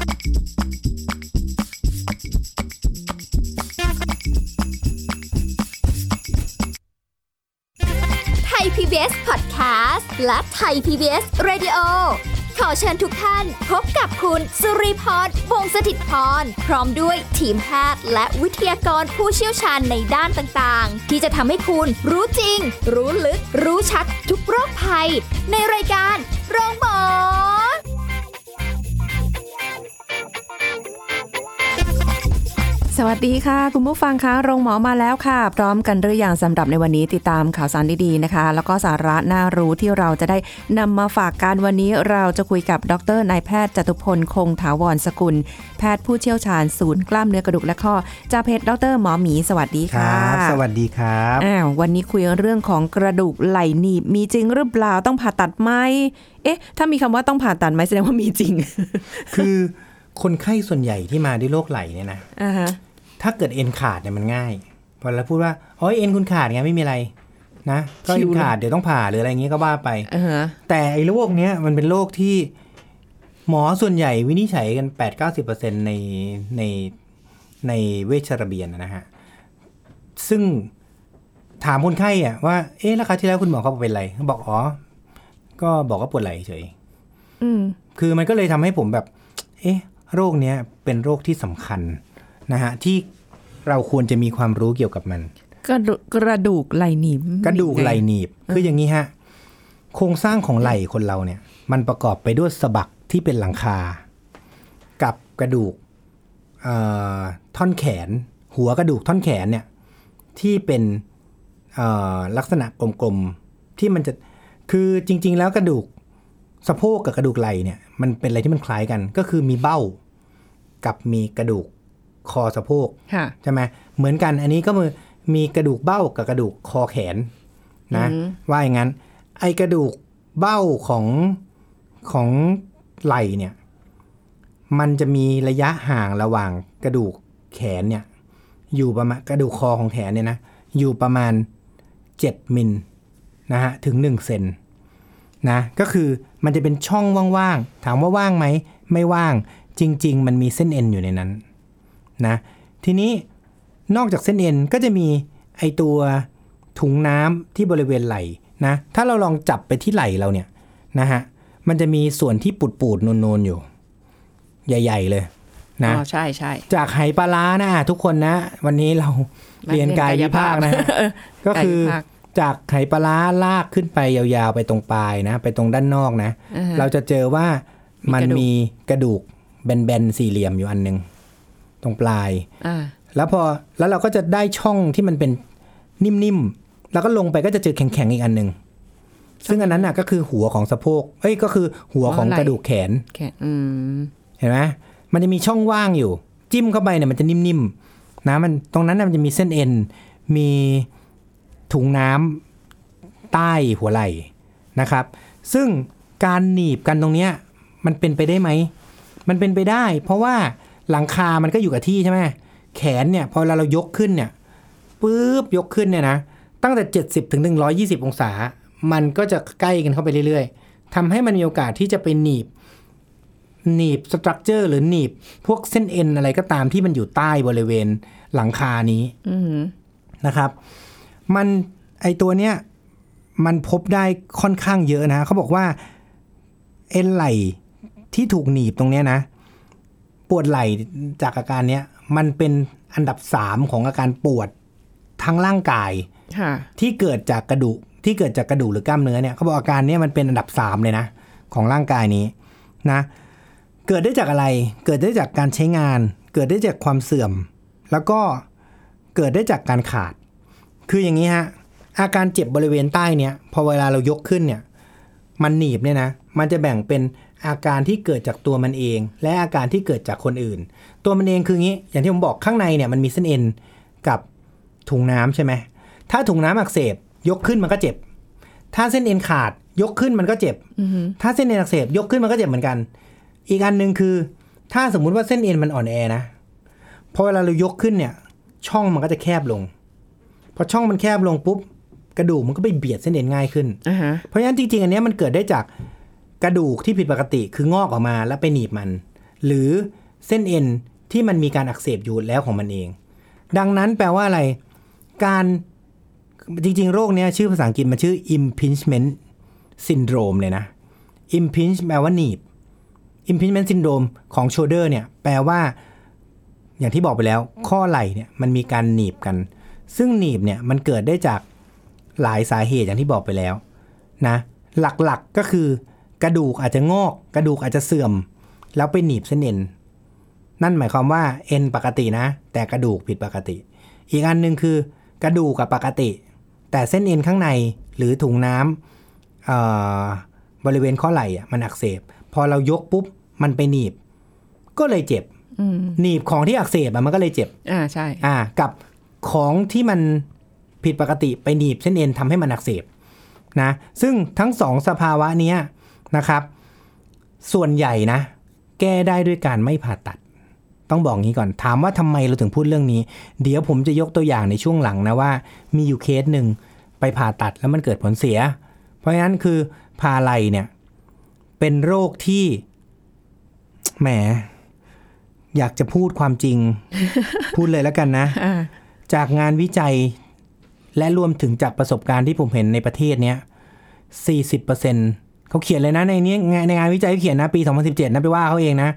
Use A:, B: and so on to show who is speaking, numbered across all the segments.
A: ไทย PBS Podcast และไทย PBS Radio ขอเชิญทุกท่านพบกับคุณสุริพร วงศ์สถิตย์พรพร้อมด้วยทีมแพทย์และวิทยากรผู้เชี่ยวชาญในด้านต่างๆที่จะทำให้คุณรู้จริงรู้ลึกรู้ชัดทุกโรคภัยในรายการโรงพยาบาล
B: สวัสดีค่ะคุณผู้ฟังคะโรงหมอมาแล้วค่ะพร้อมกันหรือยังสำหรับในวันนี้ติดตามข่าวสารดีๆนะคะแล้วก็สาระน่ารู้ที่เราจะได้นำมาฝากกันวันนี้เราจะคุยกับดร.นายแพทย์จตุพลคงถาวรสกุลแพทย์ผู้เชี่ยวชาญศูนย์กล้ามเนื้อกระดูกและข้อจากเพจดร.หมอหมีสวัสดีค่ะ
C: สวัสดีครับ
B: วันนี้คุยเรื่องของกระดูกไหล่หนีบมีจริงหรือเปล่าต้องผ่าตัดไหมถ้ามีคำว่าต้องผ่าตัดไหมแสดงว่ามีจริง
C: คือคนไข้ส่วนใหญ่ที่มาด้วยโรคไหล่เนี่ยนะถ้าเกิดเอ็นขาดเนี่ยมันง่ายพอเราพูดว่าเอ็นคุณขาดไงไม่มีอะไรนะก็เอ็นขาดเดี๋ยวต้องผ่าหรืออะไรอย่างงี้ก็ว่าไปแต่ไอ้โรคเนี้ยมันเป็นโรคที่หมอส่วนใหญ่วินิจฉัยกัน 8-90% ในเวชระเบียนนะฮะซึ่งถามคนไข้อ่ะว่าแล้วคราวที่แล้วคุณหมอเขาเป็นอะไรเขาบอกก็บอกว่าปวดไหล่เฉยคือมันก็เลยทำให้ผมแบบโรคเนี้ยเป็นโรคที่สำคัญนะฮะที่เราควรจะมีความรู้เกี่ยวกับมัน
B: กระดูกไหล่หนีบ
C: กระดูกไหล่หนีบคืออย่างนี้ฮะโครงสร้างของไหล่คนเราเนี่ยมันประกอบไปด้วยสะบักที่เป็นหลังคากับกระดูกท่อนแขนหัวกระดูกท่อนแขนเนี่ยที่เป็นลักษณะกลมๆที่มันจะคือจริงๆแล้วกระดูกสะโพกกับกระดูกไหล่เนี่ยมันเป็นอะไรที่มันคล้ายกันก็คือมีเบ้ากับมีกระดูกคอสะโพกใช่ไหมเหมือนกันอันนี้ก็มีกระดูกเบ้ากับกระดูกคอแขนนะว่าอย่างนั้นไอ้กระดูกเบ้าของไหล่เนี่ยมันจะมีระยะห่างระหว่างกระดูกแขนเนี่ยอยู่ประมาณกระดูกคอของแขนเนี่ยนะอยู่ประมาณ7มิลนะฮะถึง1เซนนะก็คือมันจะเป็นช่องว่างๆถามว่าว่างไหมไม่ว่างจริงๆมันมีเส้นเอ็นอยู่ในนั้นนะทีนี้นอกจากเส้นเอ็นก็จะมีไอตัวถุงน้ำที่บริเวณไหล่นะถ้าเราลองจับไปที่ไหล่เราเนี่ยนะฮะมันจะมีส่วนที่ปูดๆนูนๆอยู่ใหญ่ๆเลยนะ
B: ใช่
C: ๆจากไหปลาร้านะทุกคนนะวันนี้เราเรียนกายวิภาคนะก็คือจากไหปลาร้าลากขึ้นไปยาวๆไปตรงปลายนะไปตรงด้านนอกนะเราจะเจอว่ามันมีกระดูกแบนๆสี่เหลี่ยมอยู่อันนึงตรงปลายแล้วเราก็จะได้ช่องที่มันเป็นนิ่มๆแล้วก็ลงไปก็จะเจอแข็งๆอีกอันนึงซึ่งอันนั้นน่ะก็คือหัวของสะโพกก็คือหัวของกระดูกแขนเห็นไหมมันจะมีช่องว่างอยู่จิ้มเข้าไปเนี่ยมันจะนิ่มๆนะมันตรงนั้นมันจะมีเส้นเอ็นมีถุงน้ำใต้หัวไหล่นะครับซึ่งการหนีบกันตรงเนี้ยมันเป็นไปได้ไหมมันเป็นไปได้เพราะว่าหลังคามันก็อยู่กับที่ใช่ไหมแขนเนี่ยพอเรายกขึ้นเนี่ยปึ๊บยกขึ้นเนี่ยนะตั้งแต่70ถึง120องศามันก็จะใกล้กันเข้าไปเรื่อยๆทำให้มันมีโอกาสที่จะไปหนีบสตรัคเจอร์หรือหนีบพวกเส้นเอ็นอะไรก็ตามที่มันอยู่ใต้บริเวณหลังคานี้นะครับมันไอตัวเนี้ยมันพบได้ค่อนข้างเยอะนะเขาบอกว่าเอ็นไหล่ที่ถูกหนีบตรงเนี้ยนะปวดไหล่จากอาการเนี้ยมันเป็นอันดับ3ของอาการปวดทั้งร่างกายที่เกิดจากกระดูกหรือกล้ามเนื้อเนี่ยเขาบอกอาการเนี้ยมันเป็นอันดับ3เลยนะของร่างกายนี้นะเกิดได้จากอะไรเกิดได้จากการใช้งานเกิดได้จากความเสื่อมแล้วก็เกิดได้จากการขาดคืออย่างนี้ฮะอาการเจ็บบริเวณใต้เนี่ยพอเวลาเรายกขึ้นเนี่ยมันหนีบเนี่ยนะมันจะแบ่งเป็นอาการที่เกิดจากตัวมันเองและอาการที่เกิดจากคนอื่นตัวมันเองคืองี้อย่างที่ผมบอกข้างในเนี่ยมันมีเส้นเอ็นกับถุงน้ำใช่ไหมถ้าถุงน้ำอักเสบยกขึ้นมันก็เจ็บถ้าเส้นเอ็นขาดยกขึ้นมันก็เจ็บถ้าเส้นเอ็นอักเสบยกขึ้นมันก็เจ็บเหมือนกันอีกอันนึงคือถ้าสมมุติว่าเส้นเอ็นมันอ่อนแอนะพอเวลาเรายกขึ้นเนี่ยช่องมันก็จะแคบลงพอช่องมันแคบลงปุ๊บกระดูกมันก็ไปเบียดเส้นเอ็นง่ายขึ้นเพราะฉะนั้นจริงๆอันนี้มันเกิดได้จากกระดูกที่ผิดปกติคืองอกออกมาแล้วไปหนีบมันหรือเส้นเอ็นที่มันมีการอักเสบอยู่แล้วของมันเองดังนั้นแปลว่าอะไรการจริงๆโรคนี้ชื่อภาษาอังกฤษมันชื่อ impingement syndrome เลยนะ impinge แปลว่าหนีบ impingement syndrome ของ shoulder เนี่ยแปลว่าอย่างที่บอกไปแล้วข้อไหล่เนี่ยมันมีการหนีบกันซึ่งหนีบเนี่ยมันเกิดได้จากหลายสาเหตุอย่างที่บอกไปแล้วนะหลักๆก็คือกระดูกอาจจะงอกกระดูกอาจจะเสื่อมแล้วไปหนีบเส้นเอ็นนั่นหมายความว่าเอ็นปกตินะแต่กระดูกผิดปกติอีกอันนึงคือกระดูกกับปกติแต่เส้นเอ็นข้างในหรือถุงน้ำบริเวณข้อไหล่มันอักเสบพอเรายกปุ๊บมันไปหนีบก็เลยเจ็บหนีบของที่อักเสบมันก็เลยเจ็บ
B: ใช่
C: กับของที่มันผิดปกติไปหนีบเส้นเอ็นทำให้มันอักเสบนะซึ่งทั้งสองสภาวะนี้นะครับส่วนใหญ่นะแก้ได้ด้วยการไม่ผ่าตัดต้องบอกงี้ก่อนถามว่าทำไมเราถึงพูดเรื่องนี้เดี๋ยวผมจะยกตัวอย่างในช่วงหลังนะว่ามีอยู่เคสหนึ่งไปผ่าตัดแล้วมันเกิดผลเสียเพราะฉะนั้นคือพาไหล่เนี่ยเป็นโรคที่แหมอยากจะพูดความจริง พูดเลยแล้วกันนะ จากงานวิจัยและรวมถึงจากประสบการณ์ที่ผมเห็นในประเทศเนี้ย 40% เขาเขียนเลยนะในนี้ในงานวิจัยเขียนนะปี 2017นะไปว่าเขาเองนะ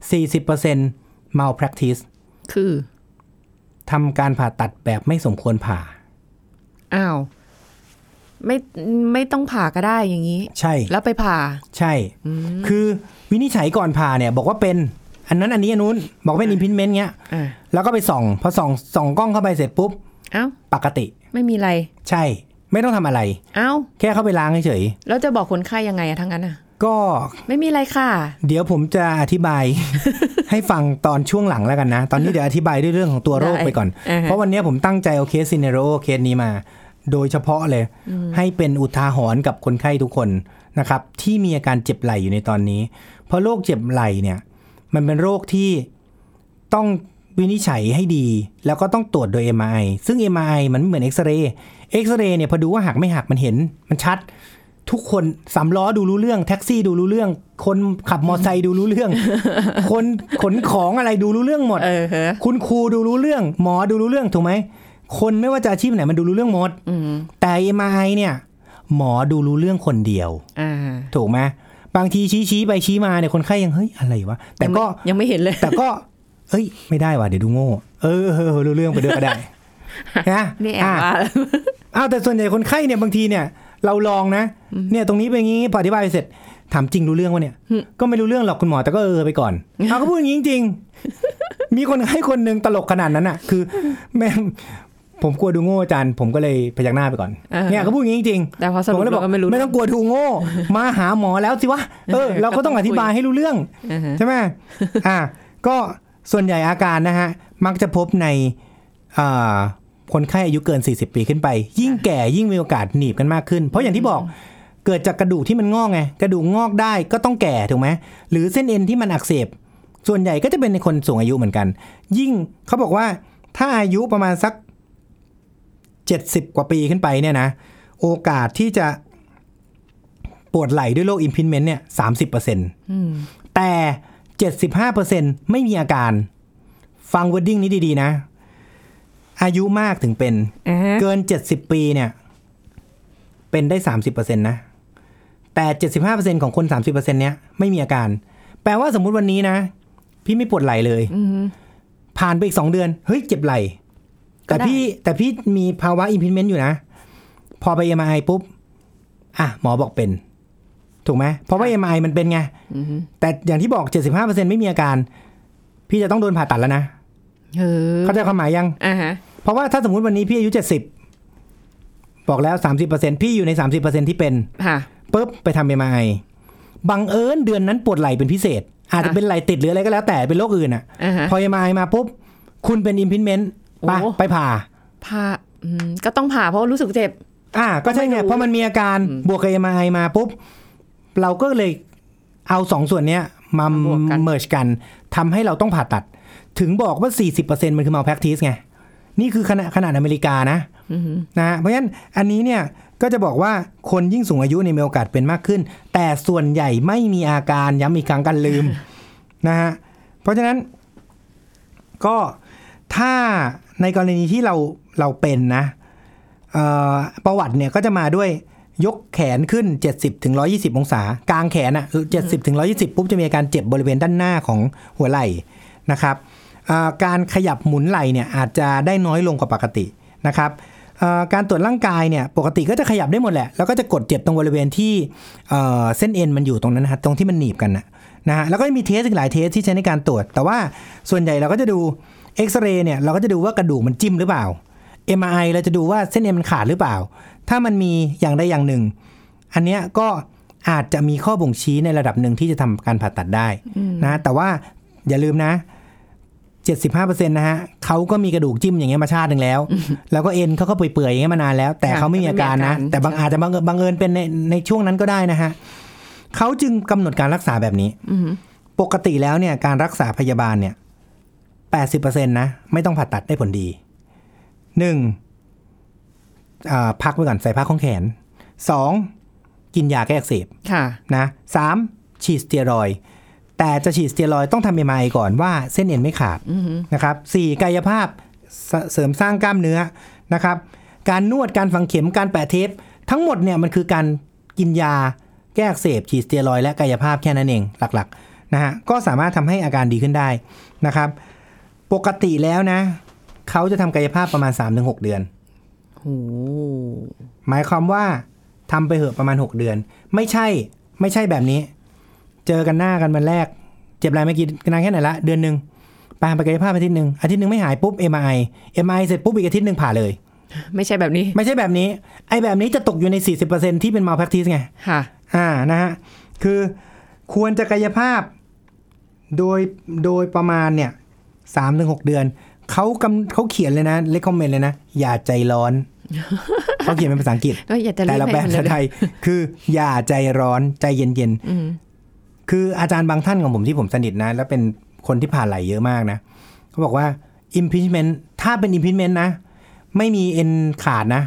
C: 40% malpractice
B: คือ
C: ทำการผ่าตัดแบบไม่สมควรผ่า
B: อ้าวไม่ต้องผ่าก็ได้อย่างนี้
C: ใช่
B: แล้วไปผ่า
C: ใช่คือวินิจฉัยก่อนผ่าเนี่ยบอกว่าเป็นอันนั้นอันนี้อันนู้นบอกเป็น impingement เงี้ยแล้วก็ไปส่องพอส่องกล้องเข้าไปเสร็จปุ๊บ
B: อ้าว
C: ปกติ
B: ไม่มีอะไร
C: ใช่ไม่ต้องทำอะไร
B: อ้าว
C: แค่เข้าไปล้างเฉย
B: ๆแล้วจะบอกคนไข้ยังไงทั้งนั้น
C: ก็
B: ไม่มีอะไรค่ะ
C: เดี๋ยวผมจะอธิบาย ให้ฟังตอนช่วงหลังแล้วกันนะตอนนี้เดี๋ยวอธิบายด้วยเรื่องของตัวโรคไปก่อนเพราะวันนี้ผมตั้งใจเอาเคสซีเนโรเคสนี้มาโดยเฉพาะเลยให้เป็นอุทาหรณ์กับคนไข้ทุกคนนะครับที่มีอาการเจ็บไหล่อยู่ในตอนนี้เพราะโรคเจ็บไหล่เนี่ยมันเป็นโรคที่ต้องวินิจฉัยให้ดีแล้วก็ต้องตรวจโดย MRI ซึ่ง MRI มันไม่เหมือนเอ็กซเรย์เนี่ยพอดูว่าหักไม่หักมันเห็นมันชัดทุกคนสามล้อดูรู้เรื่องแท็กซี่ดูรู้เรื่องคนขับมอเตอร์ไซค์ดูรู้เรื่อง คนขนของอะไรดูรู้เรื่องหมด คุณครูดูรู้เรื่องหมอดูรู้เรื่องถูกไหมคนไม่ว่าจะอาชีพไหนมันดูรู้เรื่องหมดแต่ MRI เนี่ยหมอดูรู้เรื่องคนเดียวถูกไหมบางทีชี้ไปชี้มาเนี่ยคนไข้ยังเฮ้ยอะไรวะแต่ก็
B: ยังไม่เห็นเลย
C: แต่ก็เอ้ยไม่ได้ว่ะเดี๋ยวดูโง่รู้เรื่องไปด้วยก็ได้นะ
B: นี่แอบว่า
C: อ้าวแต่ส่วนใหญ่คนไข้เนี่ยบางทีเนี่ยเราลองนะเนี่ยตรงนี้เป็นอย่างงี้พออธิบายเสร็จถามจริงรู้เรื่องวะเนี่ยก็ไม่รู้เรื่องหรอกคุณหมอแต่ก็ไปก่อนเขาก็พูดอย่างนี้จริงๆมีคนให้คนนึงตลกขนาดนั้นอ่ะคือแม่ผมกลัวดูโง่อาจารย์ผมก็เลยพยักหน้าไปก่อนเนี่ยเขาพูดอย่างนี้จริง
B: ๆแต่พอสรุป
C: เรา
B: ก็ไม่รู้
C: ไม่ต้องกลัวดูโง่มาหาหมอแล้วสิวะเราก็ต้องอธิบายให้รู้เรื่องใช่ไหมก็ส่วนใหญ่อาการนะฮะมักจะพบในคนไข้อายุเกิน40ปีขึ้นไปยิ่งแก่ยิ่งมีโอกาสหนีบกันมากขึ้นเพราะอย่างที่บอกเกิดจากกระดูกที่มันงอกไงกระดูกงอกได้ก็ต้องแก่ถูกไหมหรือเส้นเอ็นที่มันอักเสบส่วนใหญ่ก็จะเป็นในคนสูงอายุเหมือนกันยิ่งเขาบอกว่าถ้าอายุประมาณสัก70กว่าปีขึ้นไปเนี่ยนะโอกาสที่จะปวดไหล่ด้วยโรค impingement เนี่ย 30% แต่ 75% ไม่มีอาการฟัง wording นี้ดีๆนะอายุมากถึงเป็นเกิน70ปีเนี่ยเป็นได้ 30% นะแต่ 75% ของคน 30% เนี้ยไม่มีอาการแปลว่าสมมุติวันนี้นะพี่ไม่ปวดไหล่เลยผ่านไปอีก2เดือนเฮ้ยเจ็บไหล่แต่พี่มีภาวะ impingement อยู่นะพอไป MRI ปุ๊บหมอบอกเป็นถูกไหมเพราะว่า MRI มันเป็นไงแต่อย่างที่บอก 75% ไม่มีอาการพี่จะต้องโดนผ่าตัดแล้วนะเข้าใจความหมายยังเพราะว่าถ้าสมมุติวันนี้พี่อายุ70บอกแล้ว 30% พี่อยู่ใน 30% ที่เป็นปุ๊บไปทำ MRI บังเอิญเดือนนั้นปวดไหล่เป็นพิเศษอาจจะเป็นไหล่ติดหรืออะไรก็แล้วแต่เป็นโรคอื่นพอ MRI มาปุ๊บคุณเป็น impingement ไปผ่า
B: ก็ต้องผ่าเพราะรู้สึกเจ็บ
C: ก็ใช่ไงเพราะมันมีอาการบวกกับ MRI มาปุ๊บเราก็เลยเอา2ส่วนนี้มาเมิร์จกันทำให้เราต้องผ่าตัดถึงบอกว่า 40% มันคือ malpractice ไงนี่คือขนาดอเมริกานะเพราะฉะนั้นอันนี้เนี่ยก็จะบอกว่าคนยิ่งสูงอายุมีโอกาสเป็นมากขึ้นแต่ส่วนใหญ่ไม่มีอาการย้ำอีกครั้งกันลืมนะฮะเพราะฉะนั้นก็ถ้าในกรณีที่เราเป็นนะประวัติเนี่ยก็จะมาด้วยยกแขนขึ้น70ถึง120องศากลางแขนอ่ะ70ถึง120ปุ๊บจะมีอาการเจ็บบริเวณด้านหน้าของหัวไหล่นะครับการขยับหมุนไหล่เนี่ยอาจจะได้น้อยลงกว่าปกตินะครับการตรวจร่างกายเนี่ยปกติก็จะขยับได้หมดแหละแล้วก็จะกดเจ็บตรงบริเวณที่เส้นเอ็นมันอยู่ตรงนั้นนะตรงที่มันหนีบกันนะฮะแล้วก็มีเทสอีกหลายเทสที่ใช้ในการตรวจแต่ว่าส่วนใหญ่เราก็จะดูเอ็กซเรย์เนี่ยเราก็จะดูว่ากระดูกมันจิ้มหรือเปล่า MRI เราจะดูว่าเส้นเอ็นมันขาดหรือเปล่าถ้ามันมีอย่างใดอย่างหนึ่งอันเนี้ยก็อาจจะมีข้อบ่งชี้ในระดับหนึ่งที่จะทำการผ่าตัดได้นะแต่ว่าอย่าลืมนะ 75% นะฮะเขาก็มีกระดูกจิ้มอย่างเงี้ยมาชาตินึงแล้วแล้วก็เอ็นเขาก็เปื่อยๆอย่างเงี้ยมานานแล้วแต่เขาไม่มีอาการนะแต่อาจจะบังเอิญเป็นในช่วงนั้นก็ได้นะฮะเขาจึงกำหนดการรักษาแบบนี้ปกติแล้วเนี่ยการรักษาพยาบาลเนี่ย 80% นะไม่ต้องผ่าตัดได้ผลดี1พักไว้ก่อนใส่ผ้าคล้องแขน2กินยาแก้อักเสบนะ3ฉีดสเตียรอยด์แต่จะฉีดสเตียรอยด์ต้องทำ MRI ก่อนว่าเส้นเอ็นไม่ขาดนะครับ4กายภาพเสริมสร้างกล้ามเนื้อนะครับการนวดการฝังเข็มการแปะเทปทั้งหมดเนี่ยมันคือการกินยาแก้อักเสบฉีดสเตียรอยด์และกายภาพแค่นั้นเองหลักๆนะฮะก็สามารถทำให้อาการดีขึ้นได้นะครับปกติแล้วนะเขาจะทำกายภาพประมาณ 3-6 เดือนหมายความว่าทำไปเหอะประมาณ6เดือนไม่ใช่แบบนี้เจอกันหน้ากันวันแรกเจ็บอะไรไม่กี่นานแค่ไหนละเดือนนึงไปกายภาพอาทิตย์นึงไม่หายปุ๊บ MRI เสร็จปุ๊บอีกอาทิตย์นึงผ่าเลย
B: ไม่ใช่แบบนี้
C: ไอ้แบบนี้จะตกอยู่ใน 40% ที่เป็น malpractice ไง
B: ค่ะ
C: นะฮะคือควรจะกายภาพโดยประมาณเนี่ย 3-6 เดือนเขาเขียนเลยนะrecommendเลยนะอย่าใจร้อนเขาเขียนเป็นภาษาอังกฤษแต่เราแปลเป็นไทยคืออย่าใจร้อนใจเย็นๆคืออาจารย์บางท่านของผมที่ผมสนิทนะแล้วเป็นคนที่ผ่าไหลเยอะมากนะเขาบอกว่า impingement ถ้าเป็น impingement นะไม่มีเอ็นขาดนะ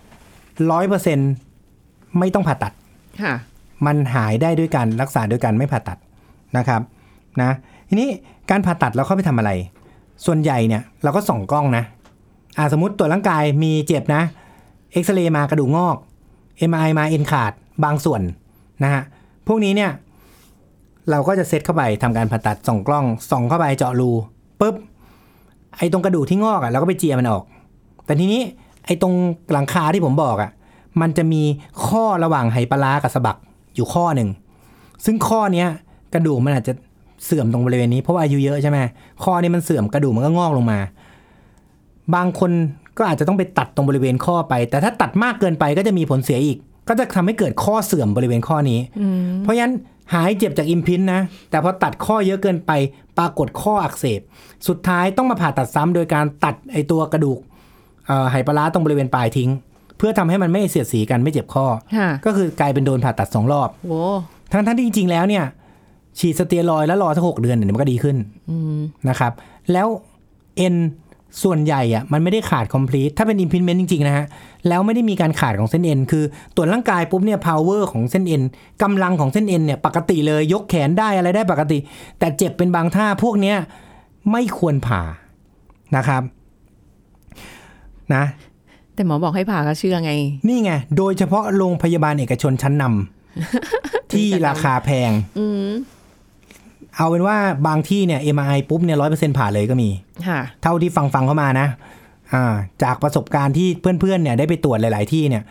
C: 100% ไม่ต้องผ่าตัดมันหายได้ด้วยการรักษาด้วยกันไม่ผ่าตัดนะครับนะทีนี้การผ่าตัดเราเข้าไปทำอะไรส่วนใหญ่เนี่ยเราก็ส่องกล้องนะสมมุติตรวจร่างกายมีเจ็บนะเอ็กซเรย์มากระดูกงอก MRI มาเอ็นขาดบางส่วนนะฮะพวกนี้เนี่ยเราก็จะเซตเข้าไปทำการผ่าตัดส่องกล้องส่องเข้าไปเจาะรูปุ๊บไอ้ตรงกระดูกที่งอกเราก็ไปเจียมันออกแต่ทีนี้ไอ้ตรงหลังคาที่ผมบอกมันจะมีข้อระหว่างไหปลาร้ากับสะบักอยู่ข้อหนึ่งซึ่งข้อเนี้ยกระดูกมันอาจจะเสื่อมตรงบริเวณนี้เพราะว่าอายุเยอะใช่ไหมข้อนี้มันเสื่อมกระดูกมันก็งอกลงมาบางคนก็อาจจะต้องไปตัดตรงบริเวณข้อไปแต่ถ้าตัดมากเกินไปก็จะมีผลเสียอีกก็จะทำให้เกิดข้อเสื่อมบริเวณข้อนี้เพราะฉะนั้นหายเจ็บจากอิมพินนะแต่พอตัดข้อเยอะเกินไปปรากฏข้ออักเสบสุดท้ายต้องมาผ่าตัดซ้ำโดยการตัดไอตัวกระดูกไหปลาร้าตรงบริเวณปลายทิ้งเพื่อทำให้มันไม่เสียดสีกันไม่เจ็บข้อก็คือกลายเป็นโดนผ่าตัด2รอบทั้งที่จริงๆแล้วเนี่ยฉีดสเตียรอยด์แล้วรอสัก6 เดือนเนี่ยมันก็ดีขึ้นนะครับแล้วเอ็นส่วนใหญ่มันไม่ได้ขาด complete ถ้าเป็น impingement จริงๆนะฮะแล้วไม่ได้มีการขาดของเส้นเอ็นคือตรวจร่างกายปุ๊บเนี่ย power ของเส้นเอ็นกำลังของเส้นเอ็นเนี่ยปกติเลยยกแขนได้อะไรได้ปกติแต่เจ็บเป็นบางท่าพวกเนี้ยไม่ควรผ่านะครับนะ
B: แต่หมอบอกให้ผ่าก็เชื่อไง
C: นี่ไงโดยเฉพาะโรงพยาบาลเอกชนชั้นนำ ที่ราคาแพงเอาเป็นว่าบางที่เนี่ย MRI ปุ๊บเนี่ย 100% ผ่าเลยก็มีเท่าที่ฟังเข้ามานะจากประสบการณ์ที่เพื่อนๆเนี่ยได้ไปตรวจหลายๆที่เนี่ย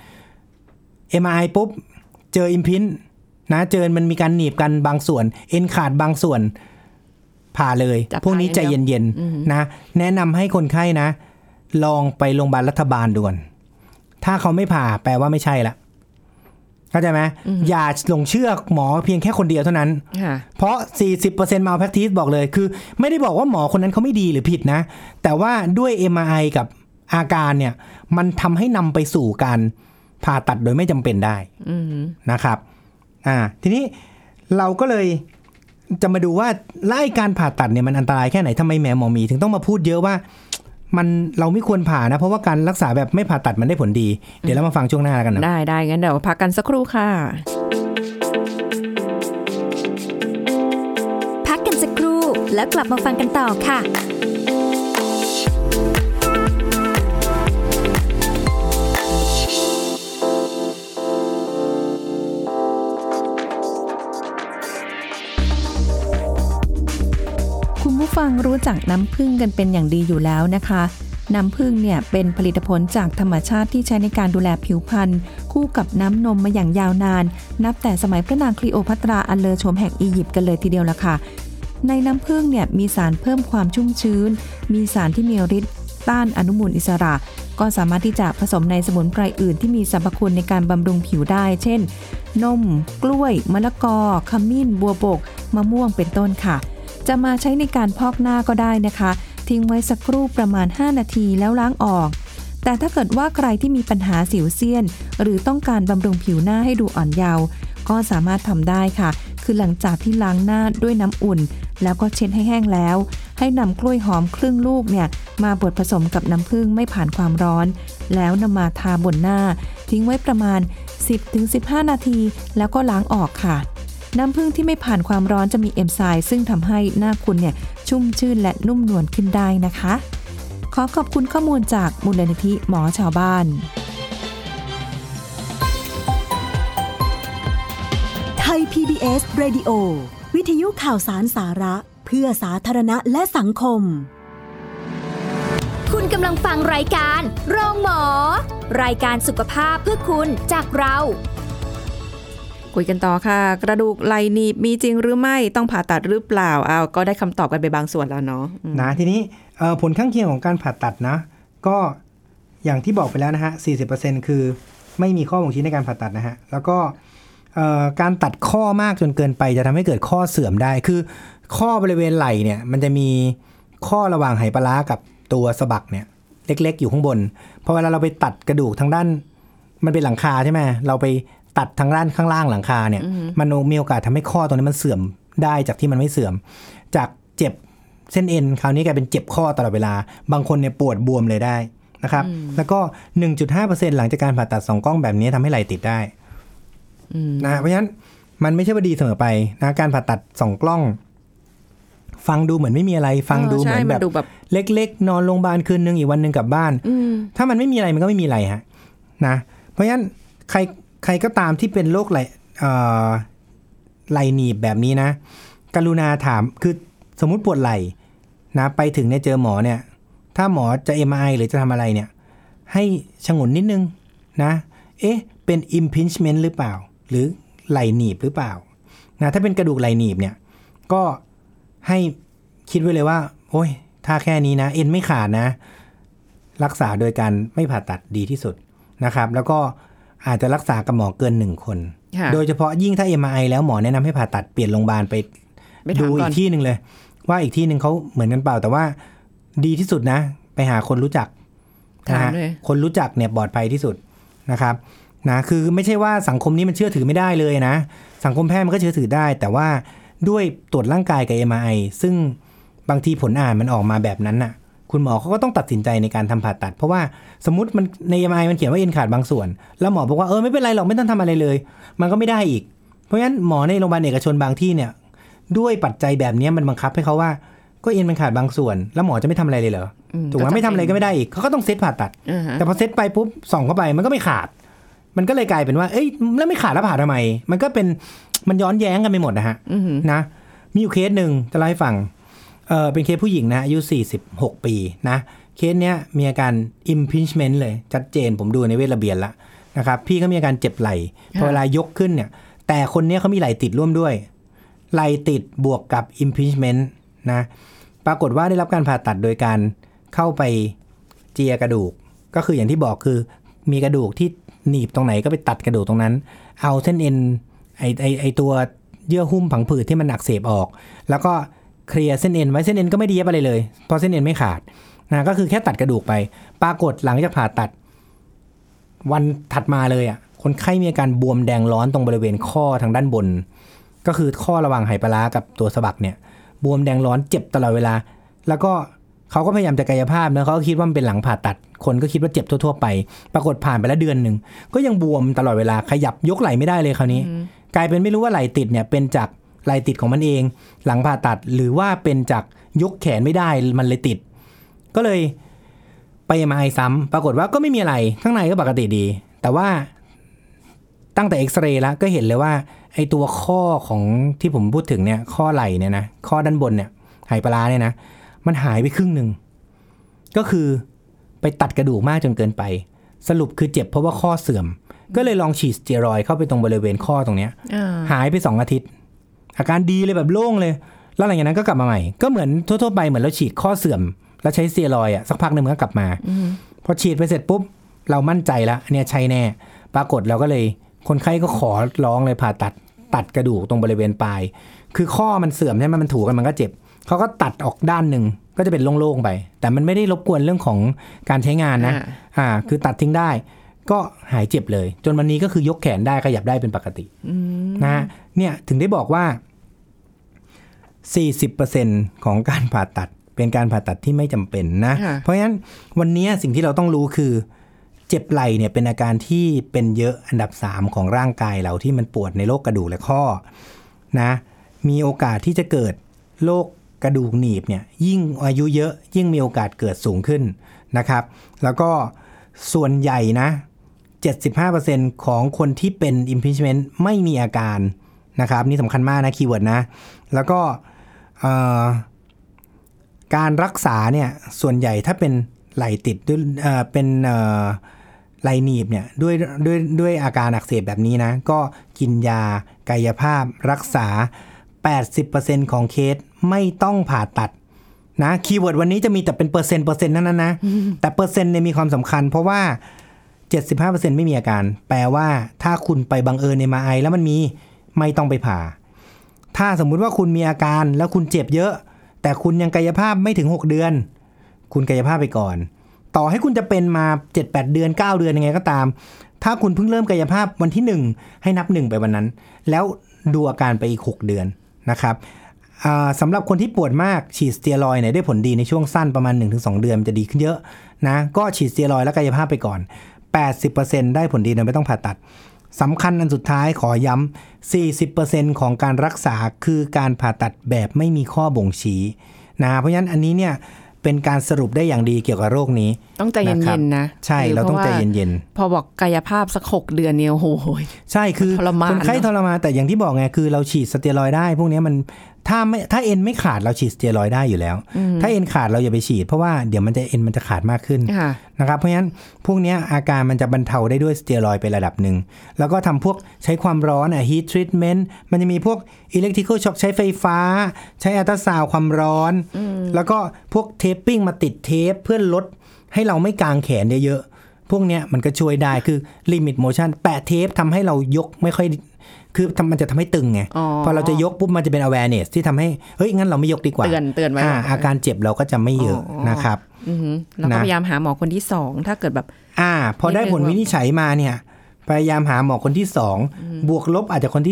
C: MRI ปุ๊บเจออิมพินนะเจอมันมีการหนีบกันบางส่วนเอ็นขาดบางส่วนผ่าเลยพวกนี้ใจเย็นๆนะแนะนำให้คนไข้นะลองไปโรงพยาบาลรัฐบาลด่วนถ้าเขาไม่ผ่าแปลว่าไม่ใช่ละเข้าใจไหมอย่าหลงเชื่อหมอเพียงแค่คนเดียวเท่านั้นเพราะ 40% malpractice บอกเลยคือไม่ได้บอกว่าหมอคนนั้นเขาไม่ดีหรือผิดนะแต่ว่าด้วย MRI กับอาการเนี่ยมันทำให้นำไปสู่การผ่าตัดโดยไม่จำเป็นได้นะครับทีนี้เราก็เลยจะมาดูว่าไล่การผ่าตัดเนี่ยมันอันตรายแค่ไหนทำไมแหมหมอหมีถึงต้องมาพูดเยอะว่าเราไม่ควรผ่านะเพราะว่าการรักษาแบบไม่ผ่าตัดมันได้ผลดีเดี๋ยวเรามาฟังช่วงหน้ากันนะ
B: ได้งั้นเดี๋ยวพักกันสักครู่ค่ะ
A: พักกันสักครู่แล้วกลับมาฟังกันต่อค่ะ
B: คุณผู้ฟังรู้จักน้ำผึ้งกันเป็นอย่างดีอยู่แล้วนะคะน้ำผึ้งเนี่ยเป็นผลิตผลจากธรรมชาติที่ใช้ในการดูแลผิวพรรณคู่กับน้ำนมมาอย่างยาวนานนับแต่สมัยพระนางคลีโอพัตราอันเลอโฉมแห่งอียิปต์กันเลยทีเดียวละค่ะในน้ำผึ้งเนี่ยมีสารเพิ่มความชุ่มชื้นมีสารที่มีฤทธิ์ต้านอนุมูลอิสระก็สามารถที่จะผสมในสมุนไพรอื่นที่มีสรรพคุณในการบำรุงผิวได้เช่นนมกล้วยมะละกอขมิ้นบัวบกมะม่วงเป็นต้นค่ะจะมาใช้ในการพอกหน้าก็ได้นะคะทิ้งไว้สักครู่ประมาณ5นาทีแล้วล้างออกแต่ถ้าเกิดว่าใครที่มีปัญหาสิวเซียนหรือต้องการบำรุงผิวหน้าให้ดูอ่อนเยาว์ก็สามารถทำได้ค่ะคือหลังจากที่ล้างหน้าด้วยน้ำอุ่นแล้วก็เช็ดให้แห้งแล้วให้นำกล้วยหอมครึ่งลูกเนี่ยมาบดผสมกับน้ำผึ้งไม่ผ่านความร้อนแล้วนำมาทาบนหน้าทิ้งไว้ประมาณ 10-15 นาทีแล้วก็ล้างออกค่ะน้ำผึ้งที่ไม่ผ่านความร้อนจะมีเอนไซม์ซึ่งทำให้หน้าคุณเนี่ยชุ่มชื่นและนุ่มนวลขึ้นได้นะคะขอขอบคุณข้อมูลจากมูลนิธิหมอชาวบ้าน
D: ไทย PBS Radio วิทยุข่าวสารสาระเพื่อสาธารณะและสังคม
A: คุณกำลังฟังรายการโรงหมอรายการสุขภาพเพื่อคุณจากเรา
B: คุยกันต่อค่ะกระดูกไหล่หนีบมีจริงหรือไม่ต้องผ่าตัดหรือเปล่าก็ได้คำตอบกันไปบางส่วนแล้วเนาะ
C: นะทีนี้ผลข้างเคียงของการผ่าตัดนะก็อย่างที่บอกไปแล้วนะฮะ 40% คือไม่มีข้อบ่งชี้ในการผ่าตัดนะฮะแล้วก็การตัดข้อมากจนเกินไปจะทำให้เกิดข้อเสื่อมได้คือข้อบริเวณไหล่เนี่ยมันจะมีข้อระหว่างไหปลาร้ากับตัวสะบักเนี่ยเล็กๆอยู่ข้างบนพอเวลาเราไปตัดกระดูกทางด้านมันเป็นหลังคาใช่ไหมเราไปตัดทางด้านข้างล่างหลังคาเนี่ยมันมีโอกาสทำให้ข้อตรงนี้มันเสื่อมได้จากที่มันไม่เสื่อมจากเจ็บเส้นเอ็นคราวนี้กลายเป็นเจ็บข้อตลอดเวลาบางคนเนี่ยปวดบวมเลยได้นะครับแล้วก็ 1.5% หลังจากการผ่าตัด2กล้องแบบนี้ทำให้ไหล่ติดได้นะเพราะฉะนั้นมันไม่ใช่ว่าดีเสมอไปนะการผ่าตัด2กล้องฟังดูเหมือนไม่มีอะไรฟังดูเหมือนแบบเล็กๆนอนโรงพยาบาลคืนนึงอีกวันนึงกลับบ้านถ้ามันไม่มีอะไรมันก็ไม่มีอะไรฮะนะเพราะฉะนั้นใครก็ตามที่เป็นโรคไหล่หนีบแบบนี้นะกรุณาถามคือสมมุติปวดไหล่นะไปถึงเนี่ยเจอหมอเนี่ยถ้าหมอจะ MRI หรือจะทำอะไรเนี่ยให้ฉงนนิดนึงนะเป็น impingement หรือเปล่าหรือไหล่หนีบหรือเปล่านะถ้าเป็นกระดูกไหล่หนีบเนี่ยก็ให้คิดไว้เลยว่าโอ้ยถ้าแค่นี้นะเอ็นไม่ขาดนะรักษาโดยการไม่ผ่าตัดดีที่สุดนะครับแล้วก็อาจจะรักษากับหมอเกิน1คนโดยเฉพาะยิ่งถ้า MRI แล้วหมอแนะนำให้ผ่าตัดเปลี่ยนโรงพยาบาลไปดูอีกที่นึงเลยว่าอีกที่นึงเขาเหมือนกันเปล่าแต่ว่าดีที่สุดนะไปหาคนรู้จักนะฮะคนรู้จักเนี่ยปลอดภัยที่สุดนะครับนะคือไม่ใช่ว่าสังคมนี้มันเชื่อถือไม่ได้เลยนะสังคมแพทย์มันก็เชื่อถือได้แต่ว่าด้วยตรวจร่างกายกับ MRI ซึ่งบางทีผลอ่านมันออกมาแบบนั้นน่ะคุณหมอเขาก็ต้องตัดสินใจในการทำผ่าตัดเพราะว่าสมมติมันใน MRI มันเขียนว่าเอ็นขาดบางส่วนแล้วหมอบอกว่าไม่เป็นไรหรอกไม่ต้องทำอะไรเลยมันก็ไม่ได้อีกเพราะฉะนั้นหมอในโรงพยาบาลเอกชนบางที่เนี่ยด้วยปัจจัยแบบนี้มันบังคับให้เขาว่าก็เอ็นมันขาดบางส่วนแล้วหมอจะไม่ทำอะไรเลยเหรอถูกไหมไม่ทำอะไรก็ไม่ได้อีกเขาก็ต้องเซตผ่าตัดแต่พอเซตไปปุ๊บส่องเข้าไปมันก็ไม่ขาดมันก็เลยกลายเป็นว่าแล้วไม่ขาดแล้วผ่าทำไมมันก็เป็นมันย้อนแย้งกันไปหมดนะฮะนะมีอยู่เคสหนึ่งจะเล่าให้ฟังเป็นเคสผู้หญิงนะอายุ46ปีนะเคสเนี้ยมีอาการ impingement เลยชัดเจนผมดูในเวชระเบียนละนะครับพี่เขามีอาการเจ็บไหล่พอเวลายกขึ้นเนี่ยแต่คนนี้เขามีไหล่ติดร่วมด้วยไหล่ติดบวกกับ impingement นะปรากฏว่าได้รับการผ่าตัดโดยการเข้าไปเจียกระดูกก็คืออย่างที่บอกคือมีกระดูกที่หนีบตรงไหนก็ไปตัดกระดูกตรงนั้นเอาเส้นเอ็นไอตัวเยื่อหุ้มผังผืดที่มันอักเสบออกแล้วก็เคลียร์เส้นเอ็นไว้เส้นเอ็นก็ไม่ได้เย็บอะไรเลยเพราะเส้นเอ็นไม่ขาดนะก็คือแค่ตัดกระดูกไปปรากฏหลังจากผ่าตัดวันถัดมาเลยคนไข้มีอาการบวมแดงร้อนตรงบริเวณข้อทางด้านบนก็คือข้อระหว่างไหปลาร้ากับตัวสะบักเนี่ยบวมแดงร้อนเจ็บตลอดเวลาแล้วก็เขาก็พยายามจะกายภาพนะเขาก็คิดว่ามันเป็นหลังผ่าตัดคนก็คิดว่าเจ็บทั่วๆไปปรากฏผ่านไปแล้วเดือนนึงก็ยังบวมตลอดเวลาขยับยกไหล่ไม่ได้เลยคราวนี้กลายเป็นไม่รู้ว่าไหล่ติดเนี่ยเป็นจากไหล่ติดของมันเองหลังผ่าตัดหรือว่าเป็นจากยกแขนไม่ได้มันเลยติดก็เลยไป MRI ซ้ำปรากฏว่าก็ไม่มีอะไรข้างในก็ปกติดีแต่ว่าตั้งแต่เอ็กซเรย์แล้วก็เห็นเลยว่าไอ้ตัวข้อของที่ผมพูดถึงเนี่ยข้อไหล่เนี่ยนะข้อด้านบนเนี่ยไหปลาร้าเนี่ยนะมันหายไปครึ่งนึงก็คือไปตัดกระดูกมากจนเกินไปสรุปคือเจ็บเพราะว่าข้อเสื่อมก็เลยลองฉีดสเตียรอยด์เข้าไปตรงบริเวณข้อตรงเนี้ยหายไป2 อาทิตย์อาการดีเลยแบบโล่งเลยแล้วหลังจากนั้นก็กลับมาใหม่ก็เหมือนทั่วๆไปเหมือนเราฉีดข้อเสื่อมแล้วใช้สเตียรอยด์สักพักนึงมันก็กลับมาพอฉีดไปเสร็จปุ๊บเรามั่นใจแล้วเนี่ยใช่แน่ปรากฏเราก็เลยคนไข้ก็ขอร้องเลยผ่าตัดกระดูกตรงบริเวณปลายคือข้อมันเสื่อมใช่ไหมมันถูกันมันก็เจ็บเขาก็ตัดออกด้านหนึ่งก็จะเป็นโล่งๆไปแต่มันไม่ได้รบกวนเรื่องของการใช้งานนะคือตัดทิ้งได้ก็หายเจ็บเลยจนวันนี้ก็คือยกแขนได้ขยับได้เป็นปกตินะเนี่ยถึงได้บอกว่า 40% ของการผ่าตัดเป็นการผ่าตัดที่ไม่จำเป็นนะเพราะฉะนั้นวันนี้สิ่งที่เราต้องรู้คือเจ็บไหล่เนี่ยเป็นอาการที่เป็นเยอะอันดับ3ของร่างกายเราที่มันปวดในโรคกระดูกและข้อนะมีโอกาสที่จะเกิดโรคกระดูกหนีบเนี่ยยิ่งอายุเยอะยิ่งมีโอกาสเกิดสูงขึ้นนะครับแล้วก็ส่วนใหญ่นะ 75% ของคนที่เป็น impingement ไม่มีอาการนะครับนี่สำคัญมากนะคีย์เวิร์ดนะแล้วก็การรักษาเนี่ยส่วนใหญ่ถ้าเป็นไหล่ติดด้วยเป็นไหล่หนีบเนี่ยด้วยอาการอักเสบแบบนี้นะก็กินยากายภาพรักษา 80% ของเคสไม่ต้องผ่าตัดนะคีย์เวิร์ดวันนี้จะมีแต่เป็นเปอร์เซ็นต์นั้นนะแต่เปอร์เซ็นต์เนี่ยมีความสำคัญเพราะว่า 75% ไม่มีอาการแปลว่าถ้าคุณไปบังเอิญ MRI แล้วมันมีไม่ต้องไปผ่าถ้าสมมุติว่าคุณมีอาการแล้วคุณเจ็บเยอะแต่คุณยังกายภาพไม่ถึง6 เดือนคุณกายภาพไปก่อนต่อให้คุณจะเป็นมา 7-8 เดือน 9 เดือนยังไงก็ตามถ้าคุณเพิ่งเริ่มกายภาพวันที่1ให้นับ1ไปวันนั้นแล้วดูอาการไปอีก6 เดือนนะครับสำหรับคนที่ปวดมากฉีดสเตียรอยด์เนี่ยได้ผลดีในช่วงสั้นประมาณ 1-2 เดือนจะดีขึ้นเยอะนะก็ฉีดสเตียรอยด์แล้วกายภาพไปก่อน 80% ได้ผลดีโดยไม่ต้องผ่าตัดสำคัญอันสุดท้ายขอย้ำ 40% ของการรักษาคือการผ่าตัดแบบไม่มีข้อบ่งชี้นะเพราะฉะนั้นอันนี้เนี่ยเป็นการสรุปได้อย่างดีเกี่ยวกับโรคนี้
B: ต้องใจเย็นๆนะ
C: ใช่เราต้องใจเย็น
B: ๆพอบอกกายภาพสัก6 เดือนเนี่ยโอ้โห
C: ใช่คือคนไข้ทรมานแต่อย่างที่บอกไงคือเราฉีดสเตียรอยด์ได้พวกนี้มันถ้าเอ็นไม่ขาดเราฉีดสเตียรอยด์ได้อยู่แล้วถ้าเอ็นขาดเราอย่าไปฉีดเพราะว่าเดี๋ยวมันจะเอ็นมันจะขาดมากขึ้นนะครับเพราะฉะนั้นพวกนี้อาการมันจะบรรเทาได้ด้วยสเตียรอยด์ไประดับหนึ่งแล้วก็ทำพวกใช้ความร้อนheat treatment มันจะมีพวก electrical shock ใช้ไฟฟ้าใช้อัลตราซาวด์ความร้อนแล้วก็พวกเทปปิ้งมาติดเทปเพื่อลดให้เราไม่กางแขนเยอะๆพวกนี้มันก็ช่วยได้คือ limit motion แปะเทปทำให้เรายกไม่ค่อยคือมันจะทำให้ตึงไงพอเราจะยกปุ๊บมันจะเป็น awareness ที่ทำให้เฮ้ยงั้นเราไม่ยกดีกว่า
B: เตือนไว้
C: อาการเจ็บเราก็จะไม่เยอะนะครับ
B: แล้วก็พยายามหาหมอคนที่2ถ้าเกิดแบบ
C: พอได้ผลวินิจฉัยมาเนี่ยพยายามหาหมอคนที่2บวกลบอาจจะคนที่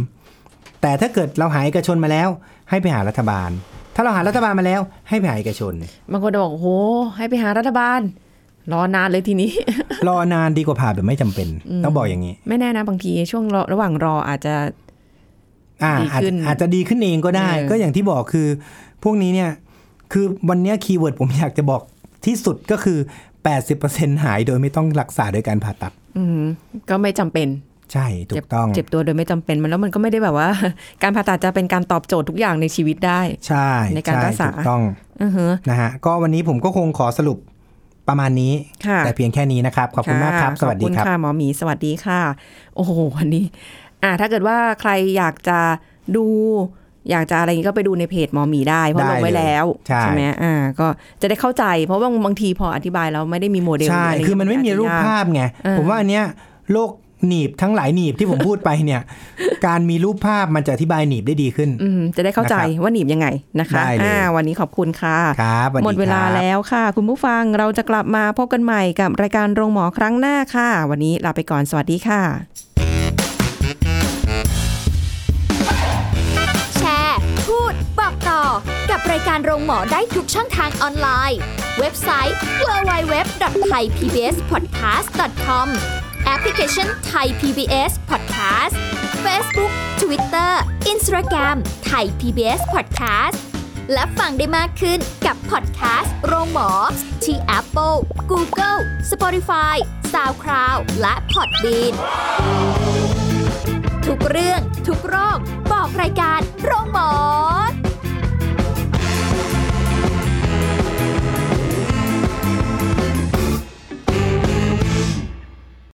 C: 3แต่ถ้าเกิดเราหาเอกชนมาแล้วให้ไปหารัฐบาลถ้าเราหารัฐบาลมาแล้วให้ไปหาเอกชน
B: บางคนจะบอกโอ้โหให้ไปหารัฐบาลรอนานเลยทีนี้
C: รอนานดีกว่าผ่าแบบไม่จำเป็นต้องบอกอย่างนี้
B: ไม่แน่นะบางทีช่วงระหว่างรออาจจะ
C: ดีขึ้นอาจจะดีขึ้นเองก็ได้ก็อย่างที่บอกคือพวกนี้เนี่ยคือวันนี้คีย์เวิร์ดผมอยากจะบอกที่สุดก็คือ 80% หายโดยไม่ต้องรักษาโดยการผ่าตัด
B: ก็ไม่จำเป็น
C: ใช่ถูกต้อง
B: เจ็บตัวโดยไม่จำเป็นมันแล้วมันก็ไม่ได้แบบว่าการผ่าตัดจะเป็นการตอบโจทย์ทุกอย่างในชีวิตได้
C: ใช่
B: ในการรักษา
C: ถูกต้องนะฮะก็วันนี้ผมก็คงขอสรุปประมาณนี้แต่เพียงแค่นี้นะครับขอบคุณมากครับสวัสดีครับ
B: ขอบคุณค่ะหมอหมีสวัสดีค่ะโอ้โหวันนี้ถ้าเกิดว่าใครอยากจะดูอยากจะอะไรก็ไปดูในเพจหมอหมีได้เพราะลงไว้แล้วใช่ไหมก็จะได้เข้าใจเพราะว่าบางทีพออธิบายแล้วไม่ได้มีโมเดล
C: ใช่คือมันไม่มีรูปภาพไงผมว่าอันเนี้ยโรคหนีบทั้งหลายหนีบที่ผมพูดไปเนี่ยการมีรูปภาพมันจะอธิบายหนีบได้ดีขึ้น
B: จะได้เข้าใจว่าหนีบยังไงนะคะวันนี้ขอบคุณค่ะหมดเวลาแล้วค่ะคุณผู้ฟังเราจะกลับมาพบกันใหม่กับรายการโรงหมอครั้งหน้าค่ะวันนี้ลาไปก่อนสวัสดีค่ะ
A: แชร์พูดบอกต่อกับรายการโรงหมอได้ทุกช่องทางออนไลน์เว็บไซต์ www.thaipbspodcast.com แอปพลิเคชัน Thai PBS Podcast Facebook Twitter Instagram Thai PBS Podcast และฟังได้มากขึ้นกับพอดแคสต์โรงหมอที่ Apple, Google, Spotify, SoundCloud และ Podbean ทุกเรื่องทุกโรคบอกรายการโรงหมอ